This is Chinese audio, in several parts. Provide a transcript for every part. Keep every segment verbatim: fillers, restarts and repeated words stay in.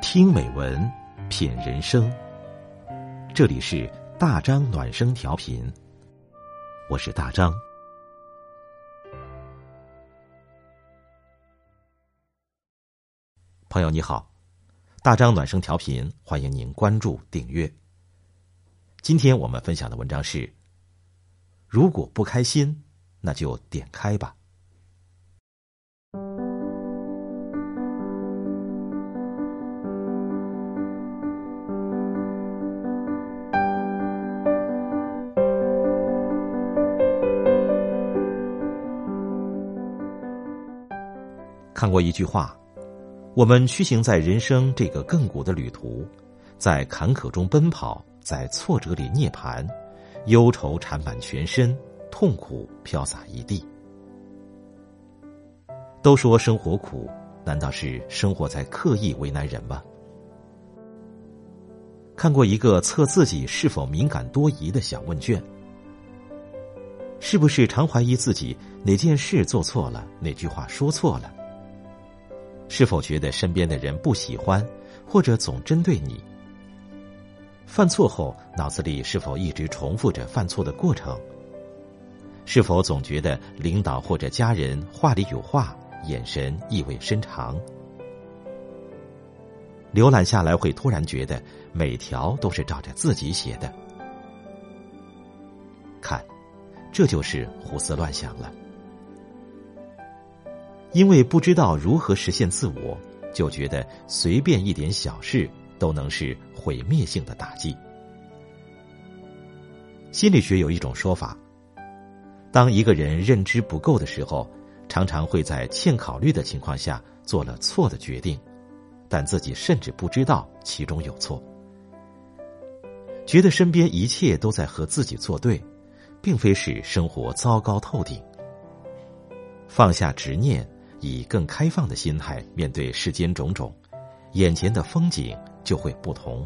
听美文，品人生。这里是大张暖声调频，我是大张。朋友你好，大张暖声调频，欢迎您关注订阅。今天我们分享的文章是：如果不开心，那就点开吧。看过一句话，我们驱行在人生这个亘古的旅途，在坎坷中奔跑，在挫折里涅槃，忧愁缠满全身，痛苦飘洒一地。都说生活苦，难道是生活在刻意为难人吗？看过一个测自己是否敏感多疑的小问卷，是不是常怀疑自己哪件事做错了，哪句话说错了？是否觉得身边的人不喜欢，或者总针对你？犯错后，脑子里是否一直重复着犯错的过程？是否总觉得领导或者家人话里有话，眼神意味深长？浏览下来会突然觉得每条都是照着自己写的。看，这就是胡思乱想了。因为不知道如何实现自我，就觉得随便一点小事都能是毁灭性的打击。心理学有一种说法，当一个人认知不够的时候，常常会在欠考虑的情况下做了错的决定，但自己甚至不知道其中有错，觉得身边一切都在和自己作对，并非是生活糟糕透顶。放下执念，以更开放的心态面对世间种种，眼前的风景就会不同。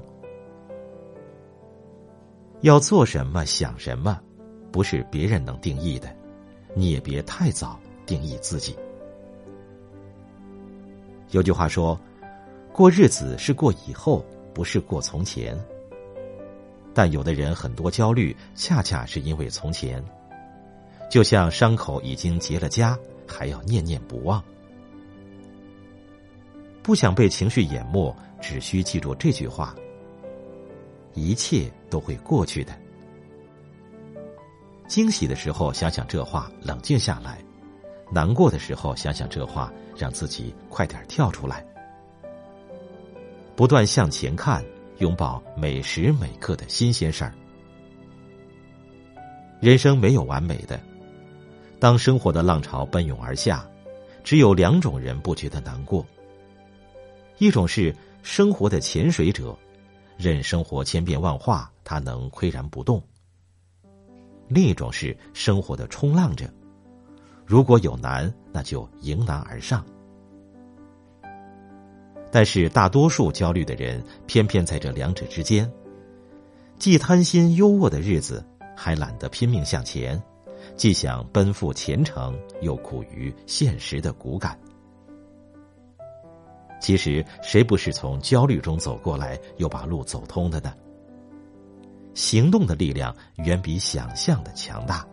要做什么想什么，不是别人能定义的，你也别太早定义自己。有句话说，过日子是过以后，不是过从前。但有的人很多焦虑，恰恰是因为从前。就像伤口已经结了痂，还要念念不忘。不想被情绪淹没，只需记住这句话：一切都会过去的。惊喜的时候想想这话，冷静下来；难过的时候想想这话，让自己快点跳出来。不断向前看，拥抱每时每刻的新鲜事儿。人生没有完美的，当生活的浪潮奔涌而下，只有两种人不觉得难过。一种是生活的潜水者，任生活千变万化，他能岿然不动；另一种是生活的冲浪者，如果有难，那就迎难而上。但是大多数焦虑的人偏偏在这两者之间，既贪心优渥的日子，还懒得拼命向前，既想奔赴前程，又苦于现实的骨感。其实谁不是从焦虑中走过来，又把路走通的呢？行动的力量远比想象的强大。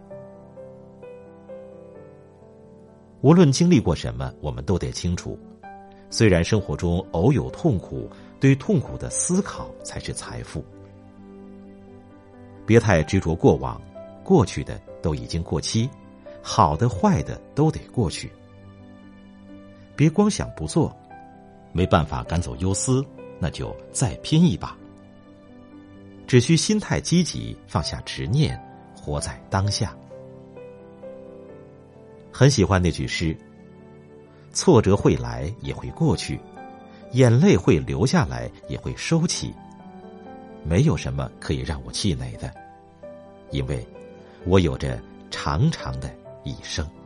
无论经历过什么，我们都得清楚，虽然生活中偶有痛苦，对痛苦的思考才是财富。别太执着过往，过去的都已经过期，好的坏的都得过去。别光想不做，没办法赶走忧思，那就再拼一把。只需心态积极，放下执念，活在当下。很喜欢那句诗：挫折会来也会过去，眼泪会流下来也会收起，没有什么可以让我气馁的，因为我有着长长的一生。